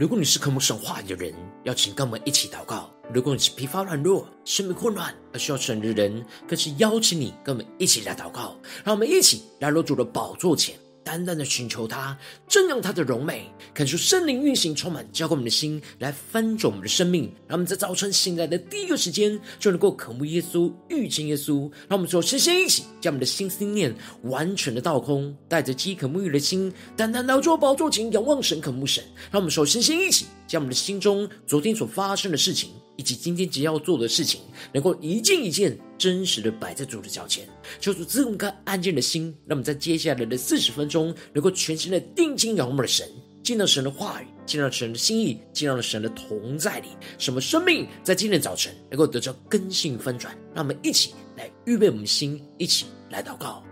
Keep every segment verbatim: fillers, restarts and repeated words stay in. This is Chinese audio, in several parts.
如果你是渴慕神话语的人，邀请跟我们一起祷告；如果你是疲乏软弱、生命混乱而需要神的人，更是邀请你跟我们一起来祷告。让我们一起来到主的宝座前，单单的寻求他，正让他的荣美，恳求圣灵运行，充满浇灌我们的心，来翻转我们的生命。让我们在早晨醒来的第一个时间，就能够渴慕耶稣，遇见耶稣。让我们说，先先一起将我们的心思念完全的倒空，带着饥渴沐浴的心，单单来到宝座前，仰望神，渴慕神。让我们说，先先一起将我们的心中昨天所发生的事情，以及今天即将要做的事情，能够一件一件真实的摆在主的脚前，求主赐我们个安静的心，让我们在接下来的四十分钟，能够全心的定睛仰望我们的神，进到神的话语，进到神的心意，进到神的同在里，使我们生命在今天早晨能够得到根性翻转。让我们一起来预备我们的心，一起来祷告。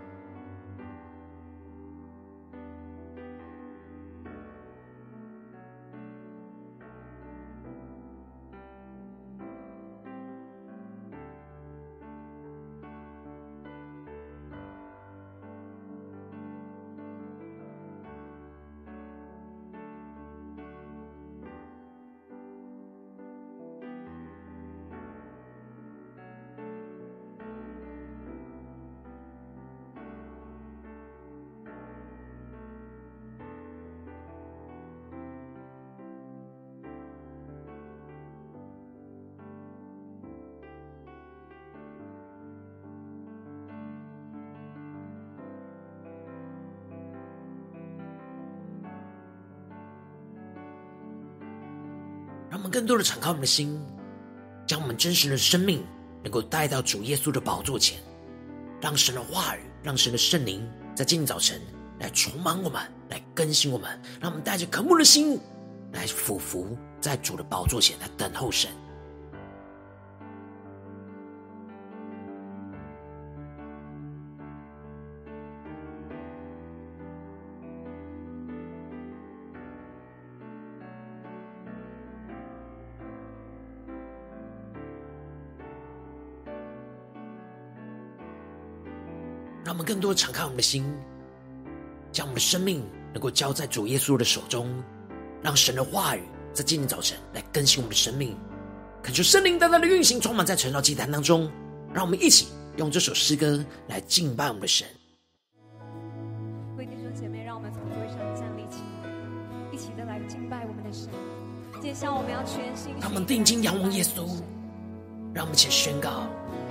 让我们更多的敞开我们的心，将我们真实的生命能够带到主耶稣的宝座前，让神的话语，让神的圣灵在今天早晨来充满我们，来更新我们。让我们带着渴慕的心来俯伏在主的宝座前，来等候神。让我们更多的敞开我们的心，将我们的生命能够交在主耶稣的手中，让神的话语在今天早晨来更新我们的生命。恳求圣灵单单的运行，充满在晨祷祭坛当中。让我们一起用这首诗歌来敬拜我们的神。 各位弟兄姐妹，让我们从座位上站立起来，一起的来敬拜我们的神。接下来我们要全心， 让我们定睛仰望耶稣，让我们一起宣告。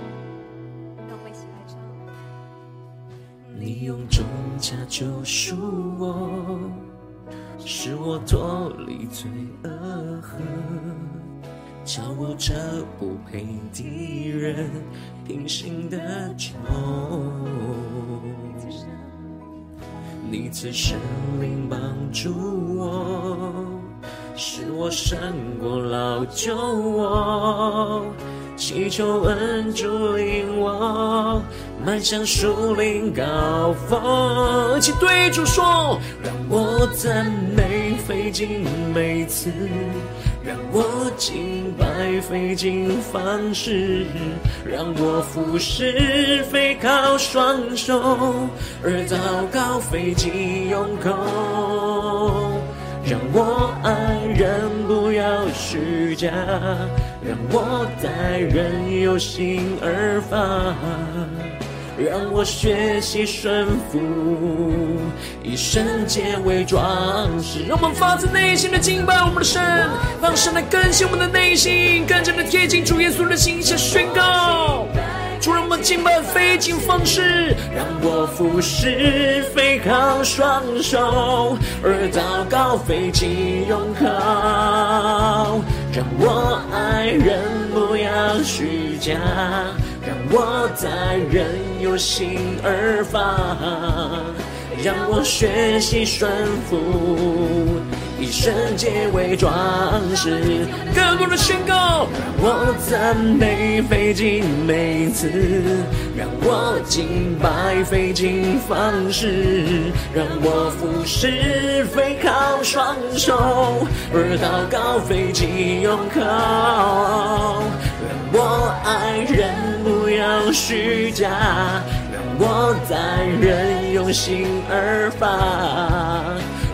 你用重价救赎我，使我脱离罪恶河，叫我这不配的人平行的酒。你赐神灵帮助我，使我胜过老救我，祈求恩主领我迈向树林高峰。一起对主说，让我赞美费尽每次，让我敬拜费尽方式，让我服侍非靠双手，而祷告费尽用口。让我爱人不要虚假，让我待人有心而发，让我学习顺服，以圣洁为装饰。 让我们发自内心的敬拜我们的神，让神来更新我们的内心，更加的贴近主耶稣的心，下宣告。主，让我们敬拜费尽方式， 让我服侍非靠双手，而祷告费尽用口。让我爱人不要虚假，让我待人有心而发，让我学习顺服，以圣洁为装饰。 更多的宣告， 让我赞美费尽每次，让我敬拜费尽方式，让我服侍非靠双手，而祷告费尽用口。让我爱人不要虚假，让我待人用心而发，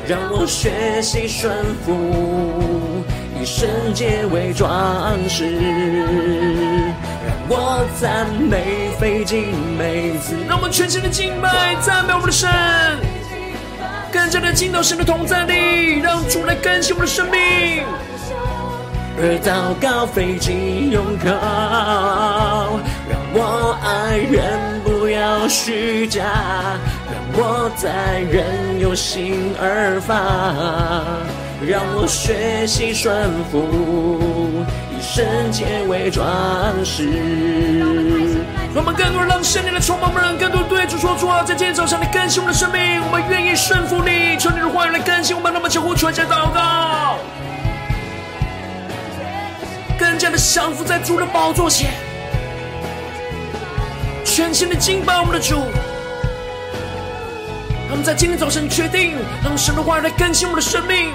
让我学习顺服，以圣洁为装饰，让我赞美费尽每次。 让我们全心的敬拜赞美我们的神，更加的进到神的同在里，让主来更新我们的生命。 而祷告费尽用口，让我爱人不要虚假，让我在人有心而发，让我学习顺服，以圣洁为装饰。 让我们更多人让圣灵来充满我们，更多对主说主啊，在今天早上来更新我们的生命，我们愿意顺服你，求你的话语来更新我们。让我们求呼求一下祷告，更加的降服在主的宝座前，全心的敬拜我们的主。让我们在今天早晨决定，让神的话语来更新我们的生命。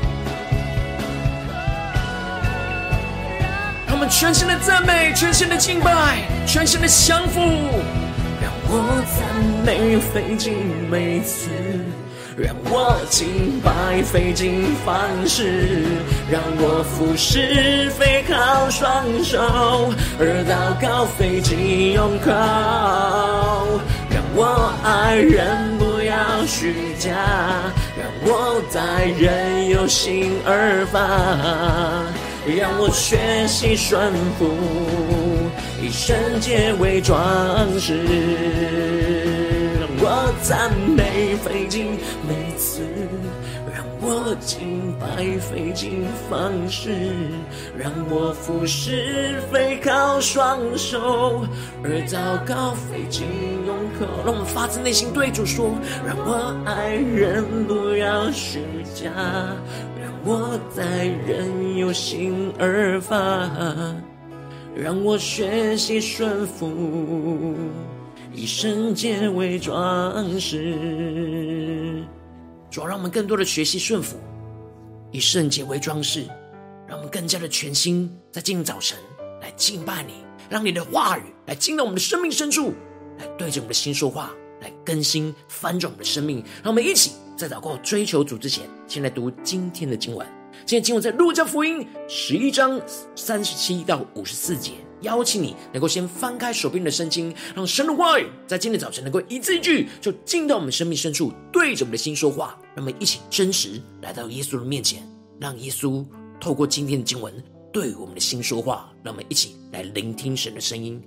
让我们全心的赞美，全心的敬拜，全心的降服。 让我赞美费尽每次，让我敬拜费尽方式，让我服侍非靠双手，而祷告费尽用口，让我爱人不要虚假，让我待人有心而发，让我学习顺服，以圣洁为装饰，让我赞美费尽每次，让我敬拜费尽方式，让我服侍非靠双手，而祷告费尽用口。 让我们发自内心对主说， 让我爱人不要虚假，让我在人有心而发，让我学习顺服，以圣洁为装饰。 主要让我们更多的学习顺服，以圣洁为装饰，让我们更加的全心在今天早晨来敬拜你，让你的话语来进到我们的生命深处，来对着我们的心说话，来更新翻转我们的生命。让我们一起在祷告追求主之前，先来读今天的经文。今天经文在路加福音十一章三十七到五十四节。邀请你能够先翻开手边的圣经，让神的话语在今天早晨能够一字一句就进到我们生命深处，对着我们的心说话。让我们一起真实来到耶稣的面前，让耶稣透过今天的经文对我们的心说话。让我们一起来聆听神的声音。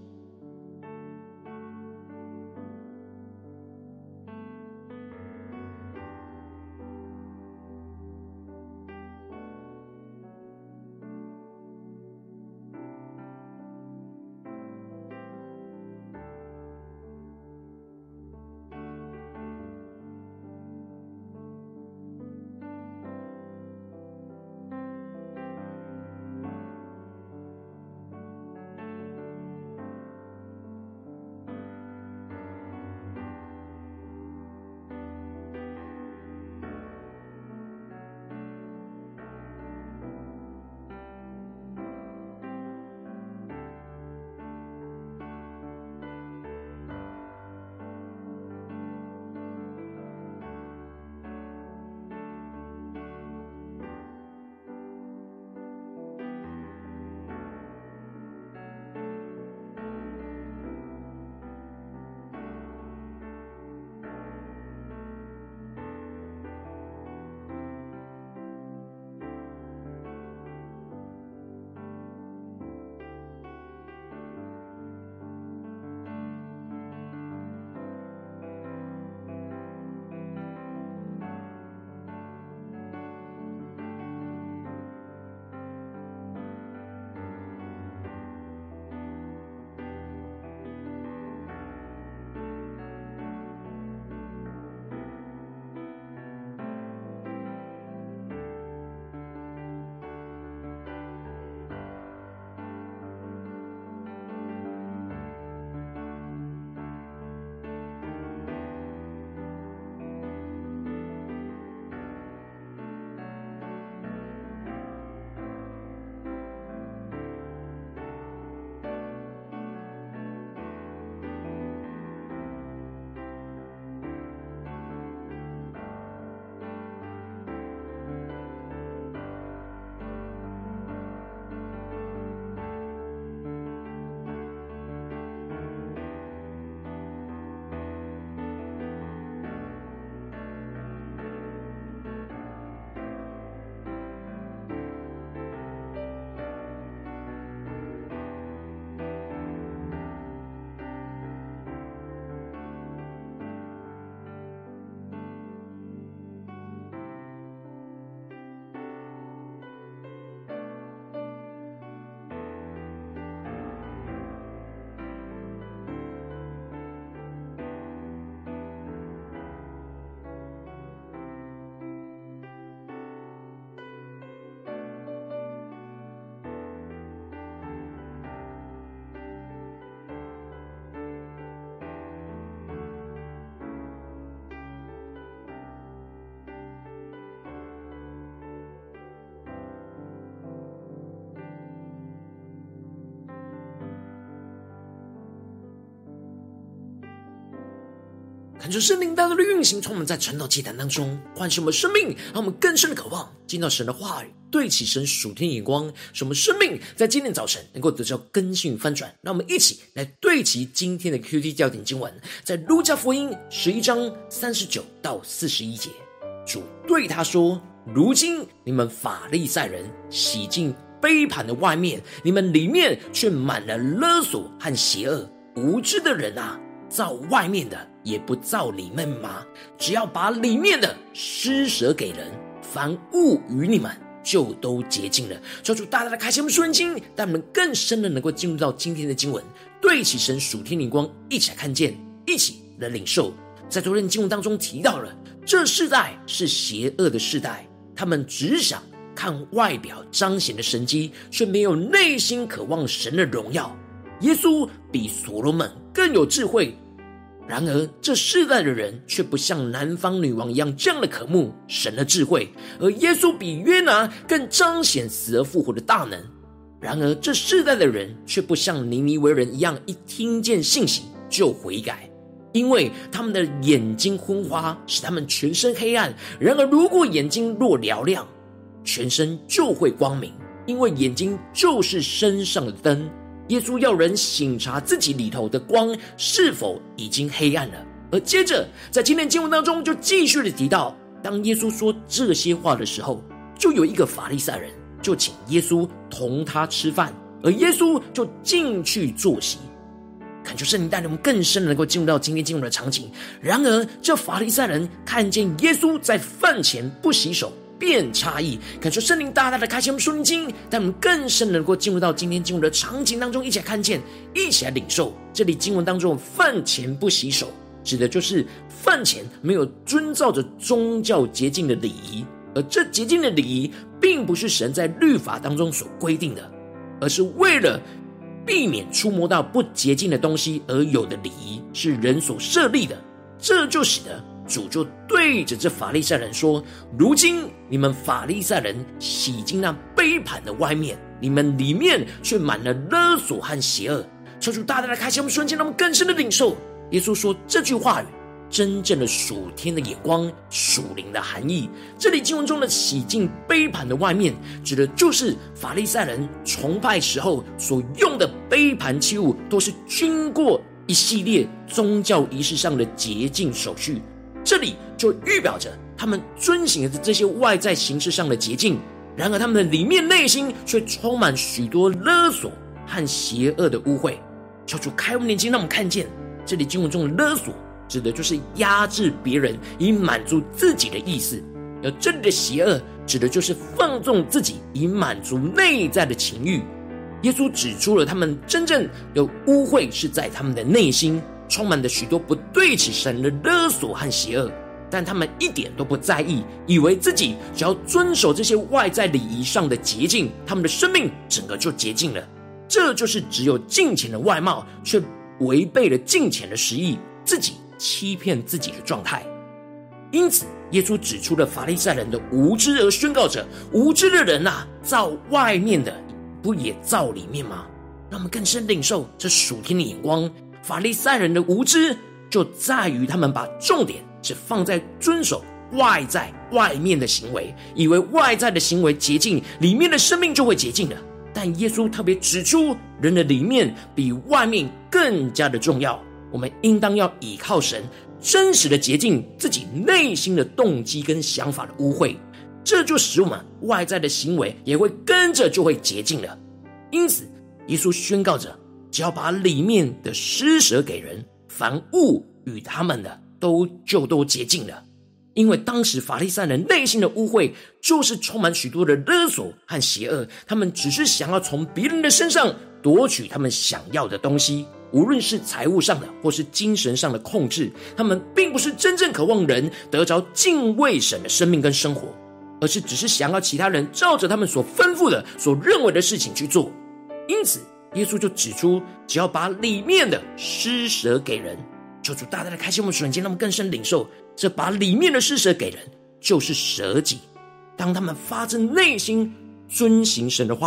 恳求圣灵大大的运行，从我们在晨祷祭坛当中唤醒我们生命，让我们更深的渴望进到神的话语，对齐神属天眼光，使我们生命在今天早晨能够得到更新与翻转。让我们一起来对齐今天的 Q T 焦点经文，在路加福音十一章三十九到四十一节。主对他说：如今你们法利赛人洗净杯盘的外面，你们里面却满了勒索和邪恶。无知的人啊，造外面的也不造里面吗？只要把里面的施舍给人，凡物与你们就都洁净了。求主大大的开启我们属灵经，让我们更深的能够进入到今天的经文，对齐神属天灵光，一起来看见，一起来领受。在昨天经文当中提到了，这世代是邪恶的世代，他们只想看外表彰显的神迹，却没有内心渴望神的荣耀。耶稣比所罗门更有智慧，然而这世代的人却不像南方女王一样这样的渴慕神的智慧，而耶稣比约拿更彰显死而复活的大能。然而这世代的人却不像尼尼微人一样，一听见信息就悔改，因为他们的眼睛昏花，使他们全身黑暗。然而如果眼睛若嘹亮，全身就会光明，因为眼睛就是身上的灯。耶稣要人省察自己里头的光是否已经黑暗了。而接着在今天经文当中就继续的提到，当耶稣说这些话的时候，就有一个法利赛人就请耶稣同他吃饭，而耶稣就进去坐席。恳求圣灵带领我们更深的能够进入到今天经文的场景。然而这法利赛人看见耶稣在饭前不洗手，便诧异。恳求圣灵大大的开启我们属灵经，带我们更深的能够进入到今天经文的场景当中，一起来看见，一起来领受。这里经文当中饭前不洗手，指的就是饭前没有遵照着宗教洁净的礼仪，而这洁净的礼仪并不是神在律法当中所规定的，而是为了避免触摸到不洁净的东西而有的礼仪，是人所设立的。这就使得主就对着这法利赛人说：如今你们法利赛人洗净那杯盘的外面，你们里面却满了勒索和邪恶。求主大大的开启我们瞬间，让我们更深的领受耶稣说这句话语真正的属天的眼光，属灵的含义。这里经文中的洗净杯盘的外面，指的就是法利赛人崇拜时候所用的杯盘器物，都是经过一系列宗教仪式上的洁净手续。这里就预表着他们遵行的这些外在形式上的洁净，然而他们的里面内心却充满许多勒索和邪恶的污秽。求主开我们眼睛，让我们看见这里经文中的勒索指的就是压制别人以满足自己的意思，而这里的邪恶指的就是放纵自己以满足内在的情欲。耶稣指出了他们真正的污秽是在他们的内心，充满了许多不对起神的勒索和邪恶，但他们一点都不在意，以为自己只要遵守这些外在礼仪上的洁净，他们的生命整个就洁净了。这就是只有敬虔的外貌，却违背了敬虔的实意，自己欺骗自己的状态。因此耶稣指出了法利赛人的无知，而宣告着无知的人啊，造外面的不也造里面吗？让我们更深领受这属天的眼光。法利赛人的无知就在于他们把重点只放在遵守外在外面的行为，以为外在的行为洁净，里面的生命就会洁净了。但耶稣特别指出，人的里面比外面更加的重要，我们应当要倚靠神，真实的洁净自己内心的动机跟想法的污秽，这就使我们外在的行为也会跟着就会洁净了。因此耶稣宣告着，只要把里面的施舍给人，凡物与他们的都就都洁净了。因为当时法利赛人内心的污秽就是充满许多的勒索和邪恶，他们只是想要从别人的身上夺取他们想要的东西，无论是财务上的或是精神上的控制。他们并不是真正渴望人得着敬畏神的生命跟生活，而是只是想要其他人照着他们所吩咐的所认为的事情去做。因此耶稣就指出，只要把里面的施舍给人，求主大大的开启我们属灵眼，让我们更深领受，这把里面的施舍给人就是舍己。当他们发自内心遵行神的话语，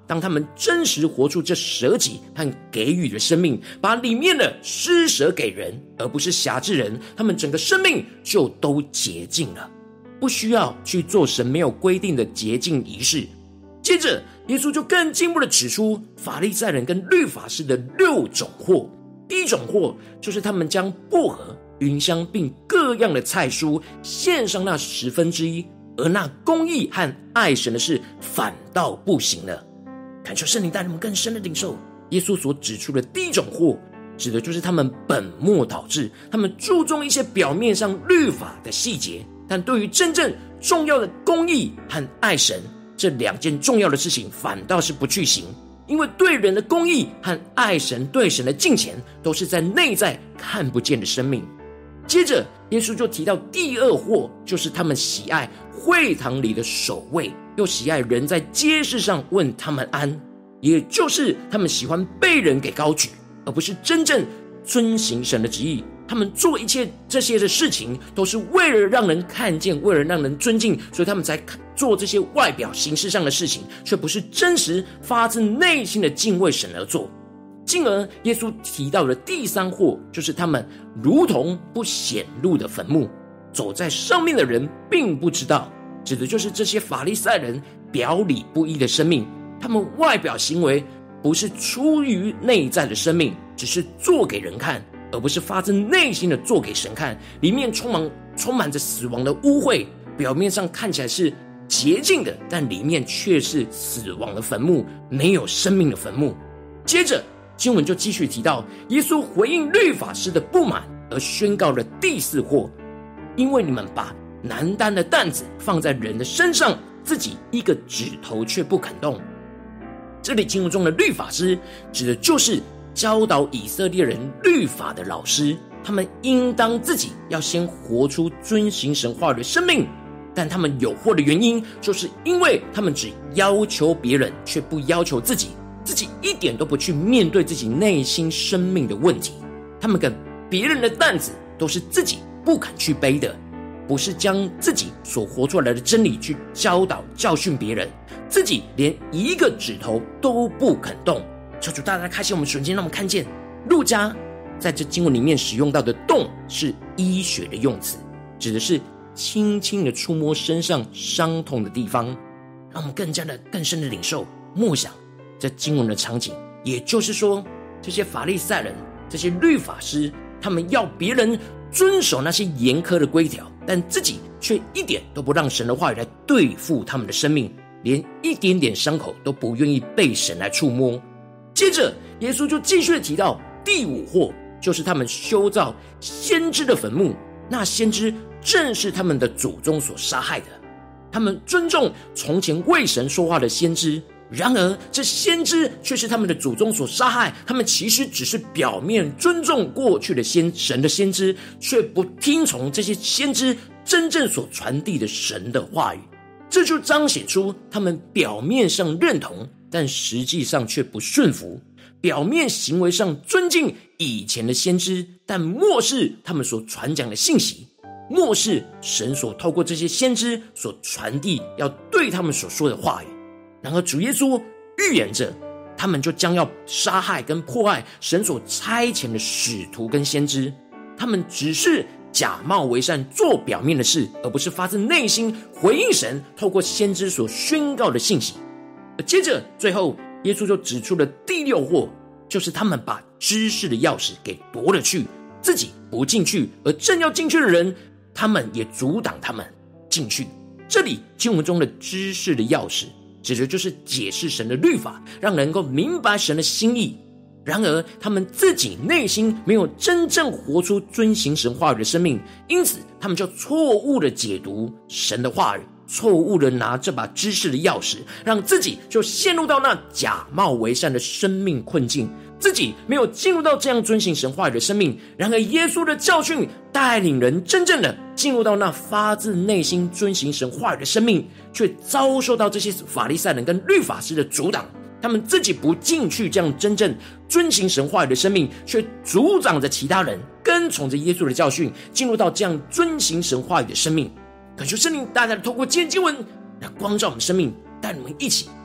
当他们真实活出这舍己和给予的生命，把里面的施舍给人，而不是辖制人，他们整个生命就都洁净了，不需要去做神没有规定的洁净仪式。接着耶稣就更进一步的指出法利赛人跟律法师的六种祸。第一种祸就是他们将薄荷、芸香并各样的菜蔬献上那十分之一，而那公义和爱神的事反倒不行了。恳求圣灵带领我们更深的领受耶稣所指出的第一种祸，指的就是他们本末倒置，他们注重一些表面上律法的细节，但对于真正重要的公义和爱神这两件重要的事情反倒是不去行。因为对人的公义和爱神对神的敬虔都是在内在看不见的生命。接着耶稣就提到第二祸，就是他们喜爱会堂里的守卫，又喜爱人在街市上问他们安，也就是他们喜欢被人给高举，而不是真正遵行神的旨意。他们做一切这些的事情都是为了让人看见，为了让人尊敬，所以他们才做这些外表形式上的事情，却不是真实发自内心的敬畏神而做。进而耶稣提到的第三祸，就是他们如同不显露的坟墓，走在上面的人并不知道，指的就是这些法利赛人表里不一的生命。他们外表行为不是出于内在的生命，只是做给人看，而不是发自内心的做给神看，里面充满充满着死亡的污秽，表面上看起来是洁净的，但里面却是死亡的坟墓，没有生命的坟墓。接着经文就继续提到耶稣回应律法师的不满，而宣告了第四祸，因为你们把难担的担子放在人的身上，自己一个指头却不肯动。这里经文中的律法师指的就是教导以色列人律法的老师，他们应当自己要先活出遵行神话语的生命，但他们有祸的原因，就是因为他们只要求别人，却不要求自己，自己一点都不去面对自己内心生命的问题。他们跟别人的担子都是自己不肯去背的，不是将自己所活出来的真理去教导教训别人，自己连一个指头都不肯动。求主大家开启我们瞬间，让我们看见路加在这经文里面使用到的动是医学的用词，指的是轻轻的触摸身上伤痛的地方，让我们更加的更深的领受默想这经文的场景。也就是说，这些法利赛人，这些律法师，他们要别人遵守那些严苛的规条，但自己却一点都不让神的话语来对付他们的生命，连一点点伤口都不愿意被神来触摸。接着耶稣就继续的提到第五祸，就是他们修造先知的坟墓，那先知正是他们的祖宗所杀害的。他们尊重从前为神说话的先知，然而这先知却是他们的祖宗所杀害。他们其实只是表面尊重过去的先神的先知，却不听从这些先知真正所传递的神的话语。这就彰显出他们表面上认同，但实际上却不顺服，表面行为上尊敬以前的先知，但漠视他们所传讲的信息，漠视神所透过这些先知所传递要对他们所说的话语。然而主耶稣预言着他们就将要杀害跟迫害神所差遣的使徒跟先知，他们只是假冒为善，做表面的事，而不是发自内心回应神透过先知所宣告的信息。而接着最后耶稣就指出了第六祸，就是他们把知识的钥匙给夺了去，自己不进去，而正要进去的人，他们也阻挡他们进去。这里经文中的知识的钥匙指的就是解释神的律法，让人能够明白神的心意。然而他们自己内心没有真正活出遵行神话语的生命，因此他们就错误的解读神的话语，错误的拿这把知识的钥匙，让自己就陷入到那假冒为善的生命困境，自己没有进入到这样遵行神话语的生命。然而耶稣的教训带领人真正的进入到那发自内心遵行神话语的生命，却遭受到这些法利赛人跟律法师的阻挡。他们自己不进去这样真正遵行神话语的生命，却阻挡着其他人跟从着耶稣的教训，进入到这样遵行神话语的生命。恳求圣灵大大的透过今天经文来光照我们生命，带你们一起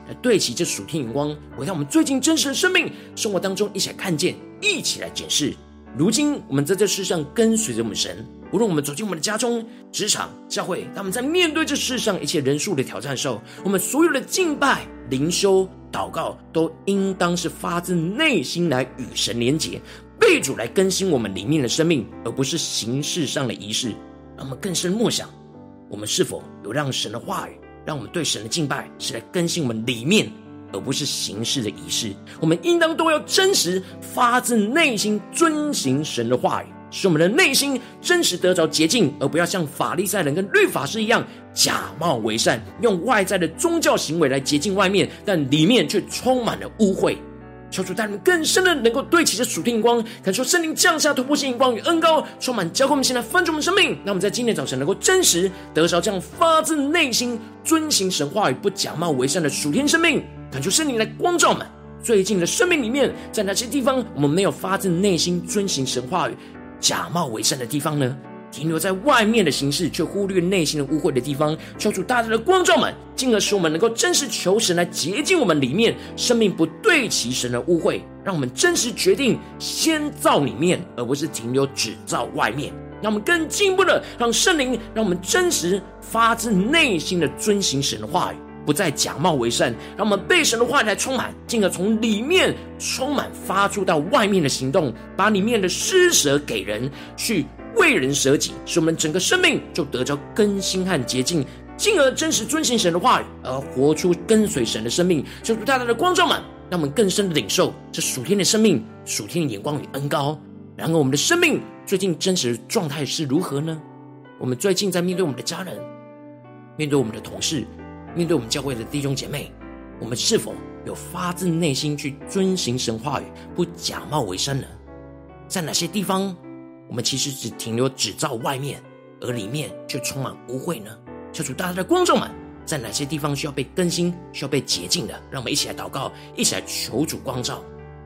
来对齐这属天眼光，回到我们最近真实的生命生活当中，一起来看见，一起来检视。如今我们在这世上跟随着我们神，无论我们走进我们的家中、职场、教会，当我们在面对这世上一切人数的挑战的时候，我们所有的敬拜、灵修、祷告都应当是发自内心来与神连结，被主来更新我们里面的生命，而不是形式上的仪式。让我们更深默想，我们是否有让神的话语，让我们对神的敬拜是来更新我们里面，而不是形式的仪式。我们应当都要真实发自内心遵行神的话语，使我们的内心真实得着洁净，而不要像法利赛人跟律法师一样假冒为善，用外在的宗教行为来洁净外面，但里面却充满了污秽。求主带领更深的能够对齐这属天眼光，感受圣灵降下突破性眼光与恩膏，充满浇灌我们现在翻转我们生命。让我们在今天早晨能够真实得着这样发自内心遵行神话语、不假冒为善的属天生命。感受圣灵来光照我们最近的生命里面，在哪些地方我们没有发自内心遵行神话语、假冒为善的地方呢？停留在外面的形式，却忽略内心的污秽的地方，求主大大的光照们，进而使我们能够真实求神来洁净我们里面生命不对齐神的污秽，让我们真实决定先造里面，而不是停留只造外面。让我们更进一步的让圣灵让我们真实发自内心的遵行神的话语，不再假冒为善，让我们被神的话语来充满，进而从里面充满发出到外面的行动，把里面的施舍给人，去为人舍己，使我们整个生命就得着更新和洁净，进而真实遵行神的话语，而活出跟随神的生命。求主大大的光照们，让我们更深的领受这属天的生命、属天的眼光与恩膏。然而我们的生命最近真实的状态是如何呢？我们最近在面对我们的家人，面对我们的同事，面对我们教会的弟兄姐妹，我们是否有发自内心去遵行神话语，不假冒为善呢？在哪些地方我们其实只停留只照外面，而里面却充满污秽呢？求主大家的光照们，在哪些地方需要被更新，需要被洁净的？让我们一起来祷告，一起来求主光照。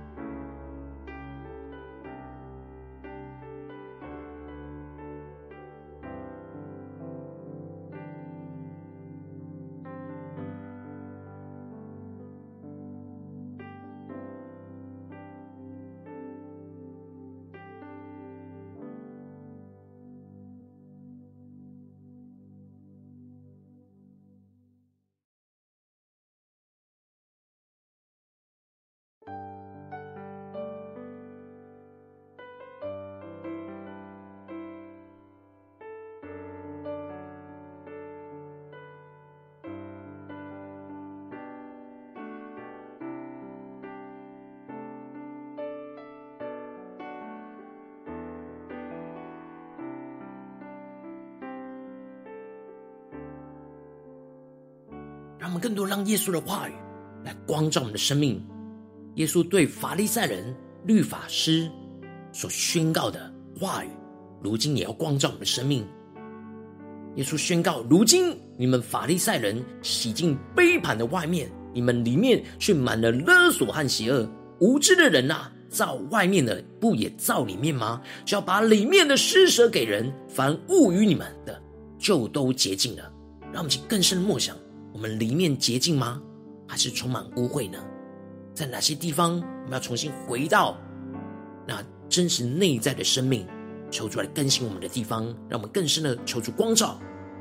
让我们更多让耶稣的话语来光照我们的生命。耶稣对法利赛人、律法师所宣告的话语，如今也要光照我们的生命。耶稣宣告，如今你们法利赛人洗净杯盘的外面，你们里面却满了勒索和邪恶。无知的人啊，造外面的不也造里面吗？只要把里面的施舍给人，凡误于你们的就都洁净了。让我们去更深的默想，我们里面洁净吗？还是充满污秽呢？在哪些地方我们要重新回到那真实内在的生命，求主来更新我们的地方，让我们更深的求主光照。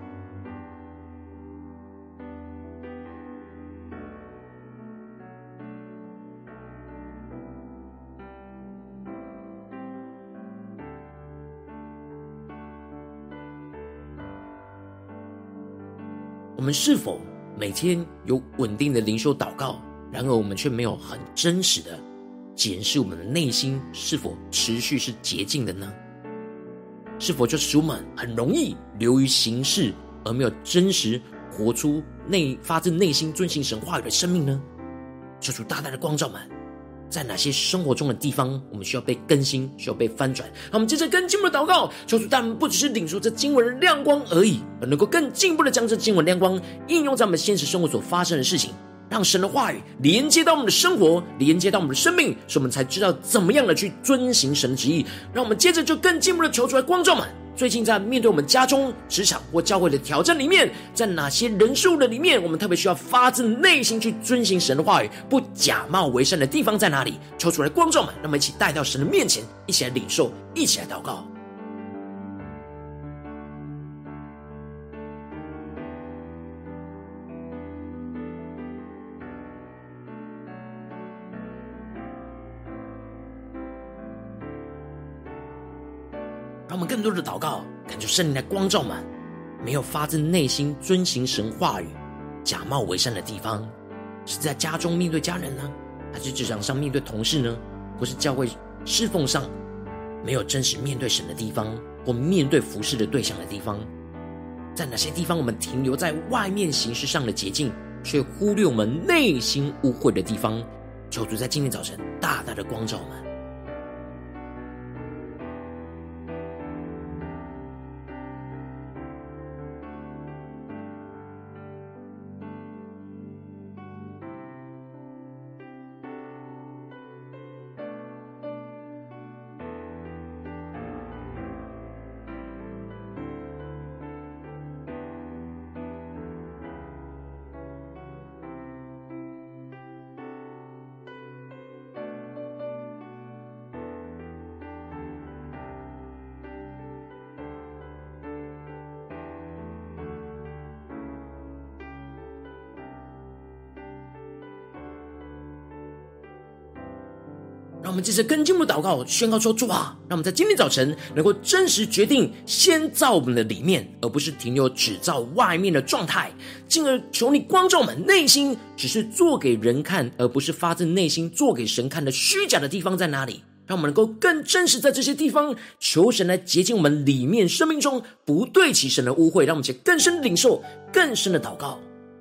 我们是否每天有稳定的灵修祷告，然而我们却没有很真实的检视我们的内心是否持续是洁净的呢？是否就使我们很容易流于形式，而没有真实活出内发自内心遵行神话语的生命呢？求主大大的光照们，在哪些生活中的地方我们需要被更新，需要被翻转。让我们接着更进一步的祷告，求主带我们不只是领受这经文的亮光而已，而能够更进一步的将这经文亮光应用在我们现实生活所发生的事情，让神的话语连接到我们的生活，连接到我们的生命，使我们才知道怎么样的去遵行神的旨意。让我们接着就更进一步的求出来光照们， 最近在面对我们家中、职场或教会的挑战里面，在哪些人数的里面，我们特别需要发自内心去遵行神的话语，不假冒为善的地方在哪里？求主来光照们，让我们一起带到神的面前，一起来领受，一起来祷告。让我们更多的祷告，感觉圣灵来光照们，没有发自内心遵行神话语、假冒为善的地方，是在家中面对家人呢，还是职场上面对同事呢？或是教会侍奉上没有真实面对神的地方，或面对服侍的对象的地方？在哪些地方我们停留在外面形式上的洁净，却忽略我们内心污秽的地方？求主在今天早晨大大的光照我们。让我们接着跟进我们的祷告，宣告说：主啊，让我们在今天早晨能够真实决定先造我们的里面，而不是停留只造外面的状态，进而求你光照我们内心只是做给人看，而不是发自内心做给神看的虚假的地方在哪里？让我们能够更真实在这些地方，求神来洁净我们里面生命中不对齐神的污秽，让我们去更深的领受，更深的祷告。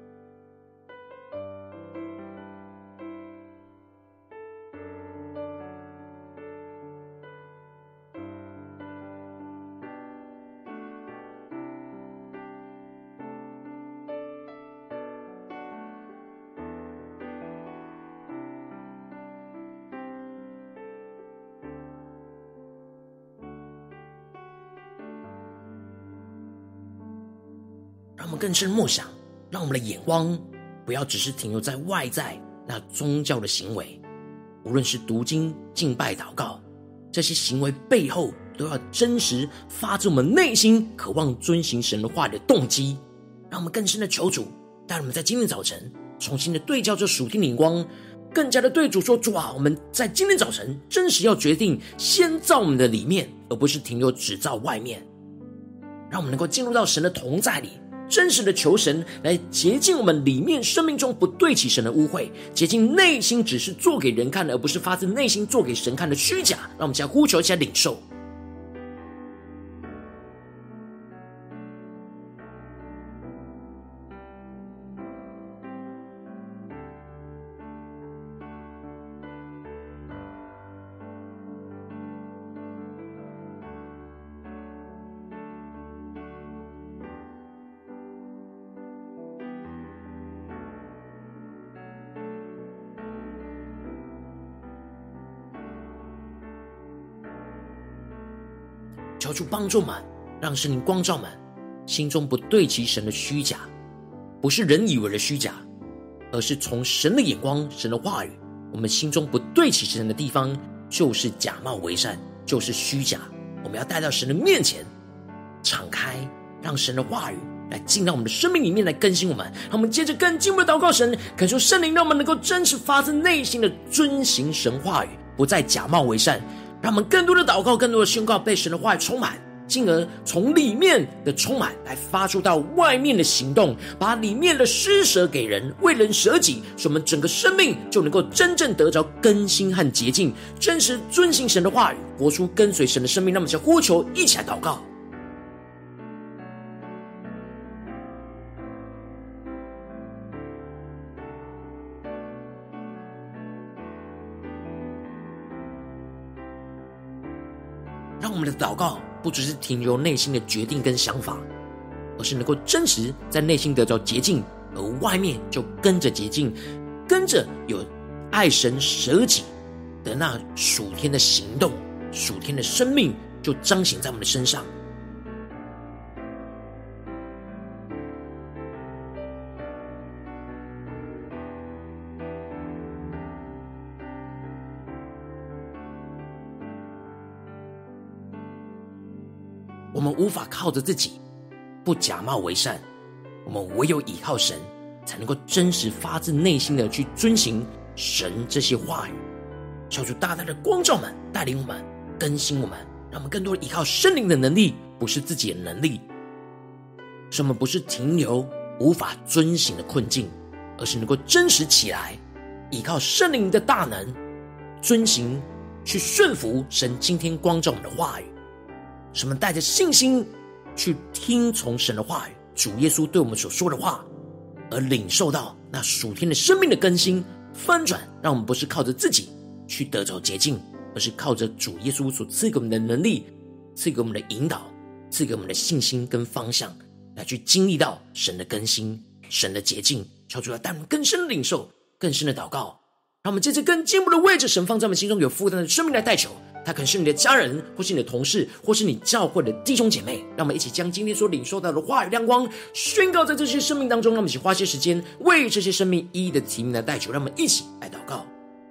让我们更深默想，让我们的眼光不要只是停留在外在那宗教的行为，无论是读经、敬拜、祷告，这些行为背后都要真实发自我们内心渴望遵行神的话的动机。让我们更深的求主带我们在今天早晨重新的对焦这属天的眼光，更加的对主说：主啊，我们在今天早晨真实要决定先造我们的里面，而不是停留只造外面。让我们能够进入到神的同在里，真实的求神来洁净我们里面生命中不对齐神的污秽，洁净内心只是做给人看的，而不是发自内心做给神看的虚假。让我们一起来呼求，一起来领受。求主帮助们，让圣灵光照们心中不对齐神的虚假，不是人以为的虚假，而是从神的眼光、神的话语，我们心中不对齐神的地方，就是假冒为善，就是虚假。我们要带到神的面前，敞开，让神的话语来进到我们的生命里面，来更新我们。让我们接着更进一步的祷告神，恳求圣灵让我们能够真实发自内心的遵行神话语，不再假冒为善。让我们更多的祷告，更多的宣告，被神的话语充满，进而从里面的充满来发出到外面的行动，把里面的施舍给人，为人舍己，使我们整个生命就能够真正得着更新和洁净，真实遵行神的话语，活出跟随神的生命。让我们一起呼求，一起来祷告。让我们的祷告不只是停留内心的决定跟想法，而是能够真实在内心得到洁净，而外面就跟着洁净，跟着有爱神舍己的那属天的行动，属天的生命就彰显在我们的身上。 们无法靠着自己，不假冒为善，我们唯有依靠神，才能够真实发自内心的去遵行神这些话语。求主大大的光照们，带领我们，更新我们，让我们更多的依靠圣灵的能力，不是自己的能力，使我们不是停留无法遵行的困境，而是能够真实起来，依靠圣灵的大能，遵行去顺服神今天光照我们的话语，使我们带着信心去听从神的话语，主耶稣对我们所说的话，而领受到那属天的生命的更新翻转，让我们不是靠着自己去得着捷径，而是靠着主耶稣所赐给我们的能力，赐给我们的引导，赐给我们的信心跟方向，来去经历到神的更新，神的捷径。求主要带我们更深的领受，更深的祷告，让我们接着更进一步的为着神放在我们心中有负担的生命来代求。他可能是你的家人，或是你的同事，或是你教会的弟兄姐妹。让我们一起将今天所领受到的话语亮光宣告在这些生命当中。让我们一起花些时间为这些生命一一的提名来代求。让我们一起来祷告。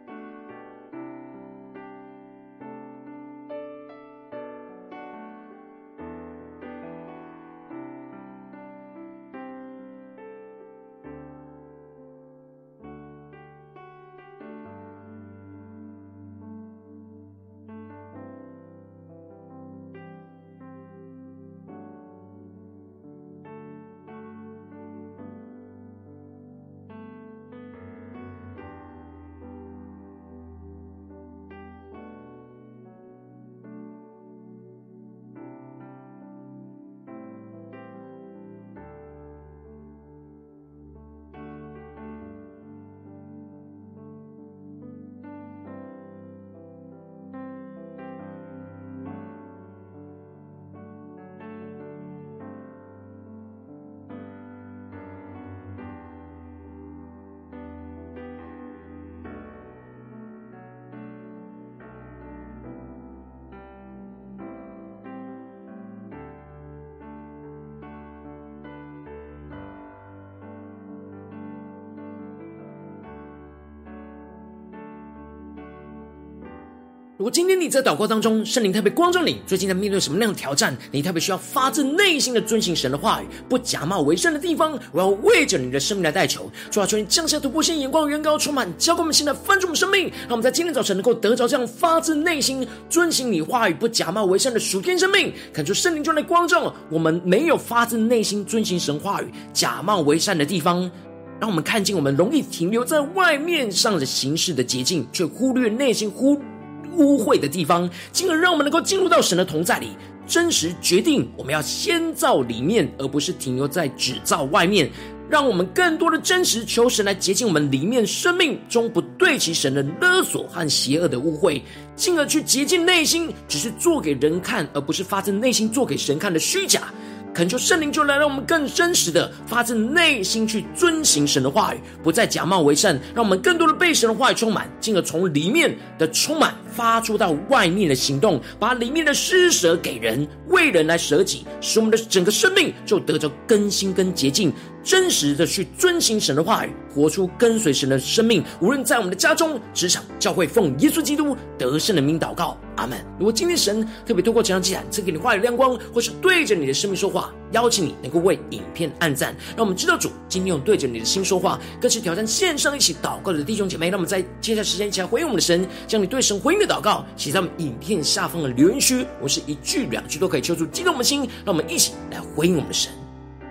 如果今天你在祷告当中，圣灵特别光照你，最近在面对什么样的挑战，你特别需要发自内心的遵行神的话语，不假冒为善的地方，我要为着你的生命来代求。主啊，求你降下突破性眼光，远高充满，浇灌我们现在翻转我们生命，让我们在今天早晨能够得着这样发自内心遵行你话语，不假冒为善的属天生命。恳求圣灵就来光照我们没有发自内心遵行神话语，假冒为善的地方，让我们看见我们容易停留在外面上的形式的捷径，却忽略内心忽污秽的地方，进而让我们能够进入到神的同在里，真实决定我们要先造里面，而不是停留在只造外面。让我们更多的真实求神来洁净我们里面生命中不对齐神的勒索和邪恶的污秽，进而去洁净内心只是做给人看，而不是发自内心做给神看的虚假。恳求圣灵就来让我们更真实的发自内心去遵行神的话语，不再假冒为善，让我们更多的被神的话语充满，进而从里面的充满发出到外面的行动，把里面的施舍给人，为人来舍己，使我们的整个生命就得着更新跟洁净，真实的去遵行神的话语，活出跟随神的生命。无论在我们的家中、职场、教会，奉耶稣基督得胜的名祷告，阿们。如果今天神特别透过这样祭坛赐给你话语亮光，或是对着你的生命说话，邀请你能够为影片按赞，让我们知道主今天用对着你的心说话，更是挑战线上一起祷告的弟兄姐妹。让我们在接下来时间一起来回应我们的神，将你对神回应的祷告写在我们影片下方的留言区，我是一句两句都可以求主激动我们的心，让我们一起来回应我们的神。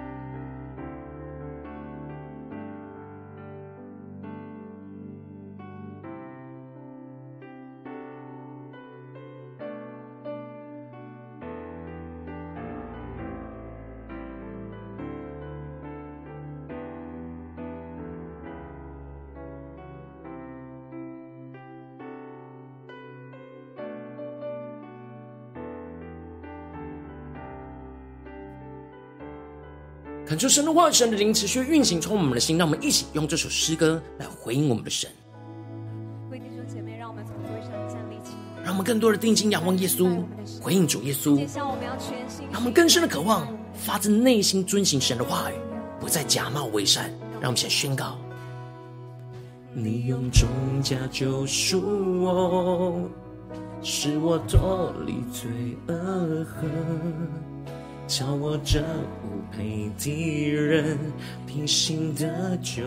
恳求神的话语、神的灵持续运行充满我们的心，让我们一起用这首诗歌来回应我们的神。 各位弟兄姐妹，让我们从座位上站立起来， 让我们更多的定睛仰望耶稣，回应主耶稣。 接下来我们要全心， 让我们更深的渴望发自内心遵行神的话语，不再假冒为善。让我们一起来宣告： 你用重价救赎我，使我脱离罪恶恨。 叫我这无配的人平心得救。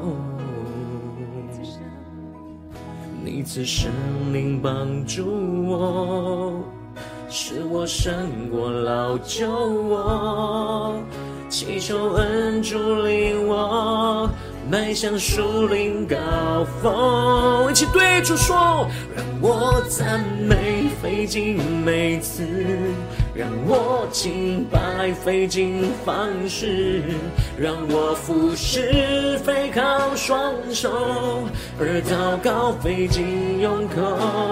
你赐生命帮助我，使我胜过老旧我，祈求恩主领我迈向树林高峰。一起对主说，让我赞美费尽每次，让我敬拜费尽方式，让我服侍非靠双手，而祷告费尽用口。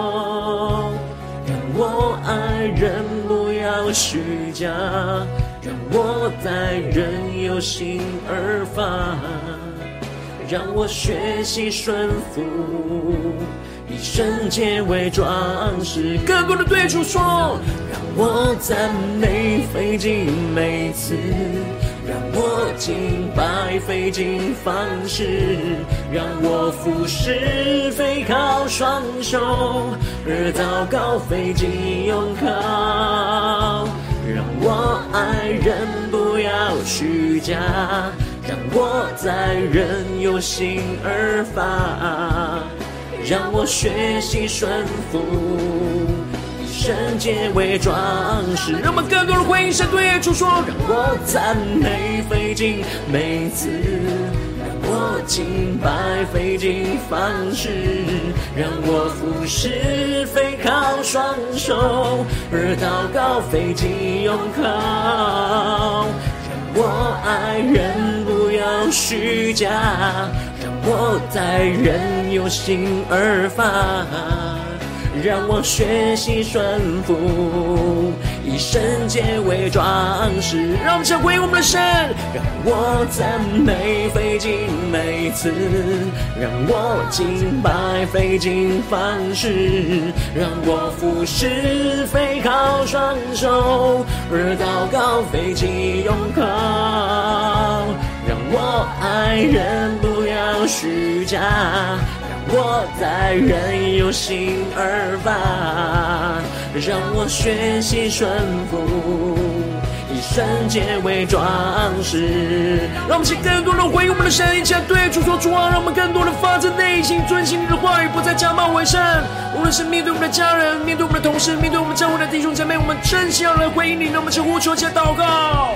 让我爱人不要虚假，让我待人有心而发，让我学习顺服，以圣洁为装饰。更多的对主说，让我赞美费尽每次，让我敬拜费尽方式，让我服侍非靠双手，而祷告费尽用口。让我爱人不要虚假，让我在人有心而发，让我学习顺服，以圣洁为装饰。让我们更多的回应神，对主说，让我赞美费尽每次，让我敬拜费尽方式，让我服侍非靠双手，而祷告费尽用口。我爱人不要虚假，让我待人有心而发，让我学习顺服，以圣洁为装饰。让我们想回我们的神，让我赞美费尽每次，让我敬拜费尽方式，让我服侍非靠双手，而祷告费尽用口。让我爱人不要虚假，我待人有心而发，让我学习顺服，以圣洁为装饰。让我们请更多人回应我们的神，一起来对主说，主啊，让我们更多的发自内心遵行你的话语，不再假冒伪善。无论是面对我们的家人，面对我们的同事，面对我们教会的弟兄姐妹，我们真心要来回应你。让我们请呼求，起来祷告。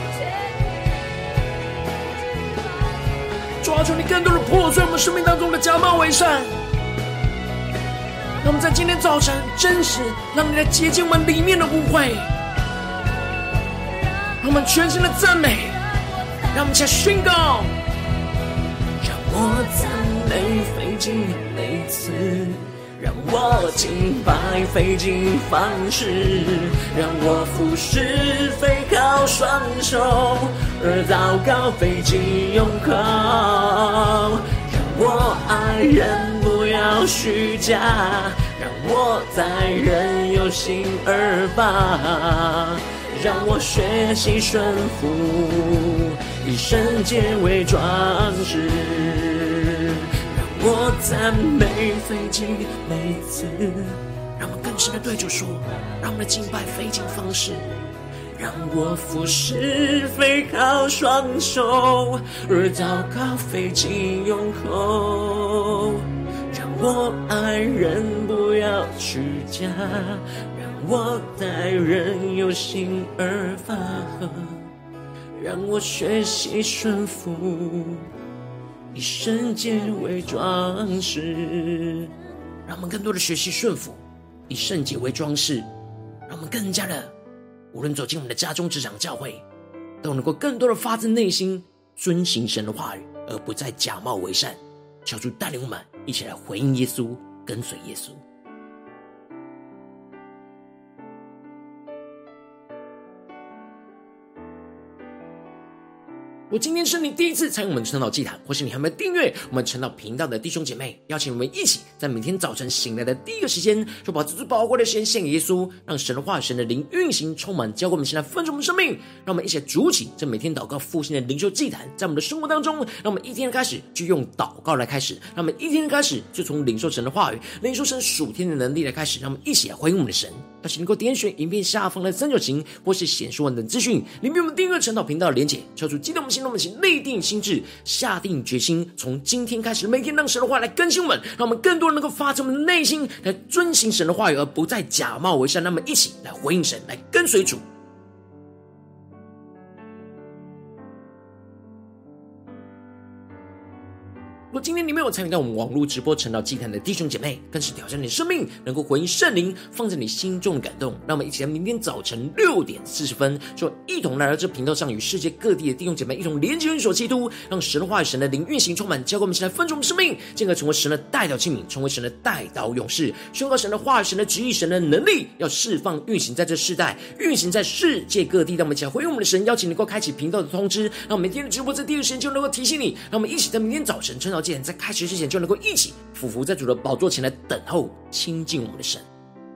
主啊，求你更多的破碎我们生命当中的假冒伪善，让我们在今天早晨真实，让你来洁净我们里面的污秽，让我们全心的赞美，让我们一起来宣告。让我赞美费尽每次，让我敬拜费尽方式，让我服侍非靠双手，而祷告费尽用口。让我爱人不要虚假，让我待人有心而发，让我学习顺服，以圣洁为装饰。让我赞美费尽每次，让我们更深的对主说，让我们的敬拜费尽方式，让我服侍非靠双手，而祷告费尽用口。让我爱人不要虚假，让我待人有心而发，让我学习顺服，以圣洁为装饰。让我们更多的学习顺服，以圣洁为装饰，让我们更加的无论走进我们的家中、职场、教会，都能够更多的发自内心遵行神的话语，而不再假冒伪善。求主带领我们一起来回应耶稣，跟随耶稣。 如果今天是你第一次参与我们晨祷祭坛，或是你还没有订阅我们晨祷频道的弟兄姐妹，邀请我们一起在每天早晨醒来的第一个时间，就把这最宝贵的时间献给耶稣，让神的话、神的灵运行充满，浇灌我们现在丰盛我们生命。让我们一起来筑起这每天祷告复兴的灵修祭坛，在我们的生活当中，让我们一天开始就用祷告来开始，让我们一天开始就从领受神的话语、领受神属天的能力来开始。让我们一起来回应我们的神。要是能够点选影片下方的三角形，或是显示完等资讯，里面我们订阅晨祷频道的连结，敲出激动我们心，让我们一起内定心志，下定决心，从今天开始，每天让神的话来更新我们，让我们更多人能够发自我们的内心来遵行神的话语，而不再假冒为善。那么一起来回应神，来跟随主。如果今天你没有参与到我们网络直播晨祷祭坛的弟兄姐妹，更是挑战你的生命，能够回应圣灵放在你心中的感动。让我们一起在明天早晨六点四十分，就一同来到这频道上，与世界各地的弟兄姐妹一同连接、运所基督，让神的话语、神的灵运行充满，浇灌我们现在分盛我们生命，进而成为神的代祷器皿，成为神的代祷勇士，宣告神的话语、神的旨意、神的能力，要释放运行在这世代，运行在世界各地。让我们一起来回应我们的神，邀请能够开启频道的通知，让每天的直播在第一时间就能够提醒你。让我们一起在明天早晨晨祷祭坛在开始之前，就能够一起俯伏在主的宝座前来等候亲近我们的神。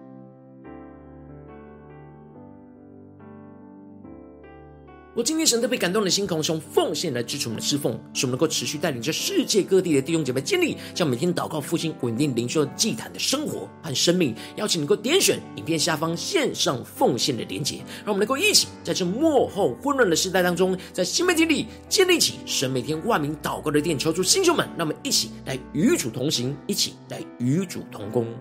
若今天神特别感动的心，渴望用奉献来支持我们的侍奉，使我们能够持续带领着世界各地的弟兄姐妹建立将每天祷告复兴稳定灵修祭坛的生活和生命。邀请能够点选影片下方线上奉献的连结，让我们能够一起在这末后混乱的时代当中，在新媒体里建立起神每天万名祷告的殿，求助弟兄们，让我们一起来与主同行，一起来与主同工。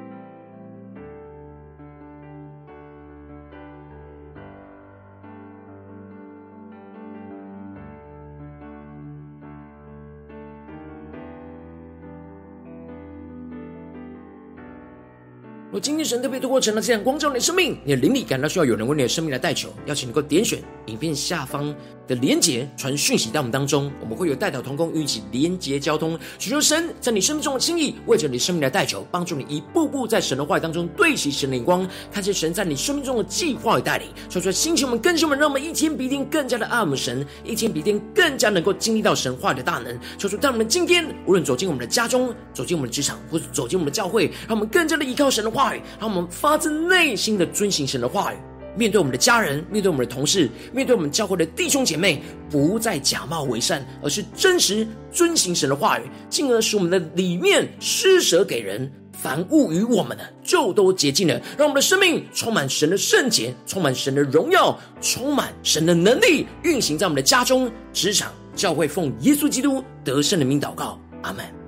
若今天神特别透过晨祷祭坛光照你的生命，你的灵里感到需要有人为你的生命来代求，邀请能够点选影片下方的连结，传讯息到我们当中，我们会有代祷同工与你一起连结交通，寻求神在你生命中的心意，为着你生命来代求，帮助你一步步在神的话语当中对齐神的眼光，看见神在你生命中的计划与带领。说出来兴起我们更新我们，让我们一天比一天更加的爱我们神，一天比一天更加能够经历到神话语的大能。说出在我们今天无论走进我们的家中，走进我们的职场，或者走进我们的教会，让我们更加的依靠神的话语，让我们发自内心的遵行神的话语，面对我们的家人，面对我们的同事，面对我们教会的弟兄姐妹，不再假冒为善，而是真实遵行神的话语，进而使我们的里面施舍给人，凡物与我们的就都洁净了，让我们的生命充满神的圣洁，充满神的荣耀，充满神的能力，运行在我们的家中、职场、教会，奉耶稣基督得胜的名祷告，阿们。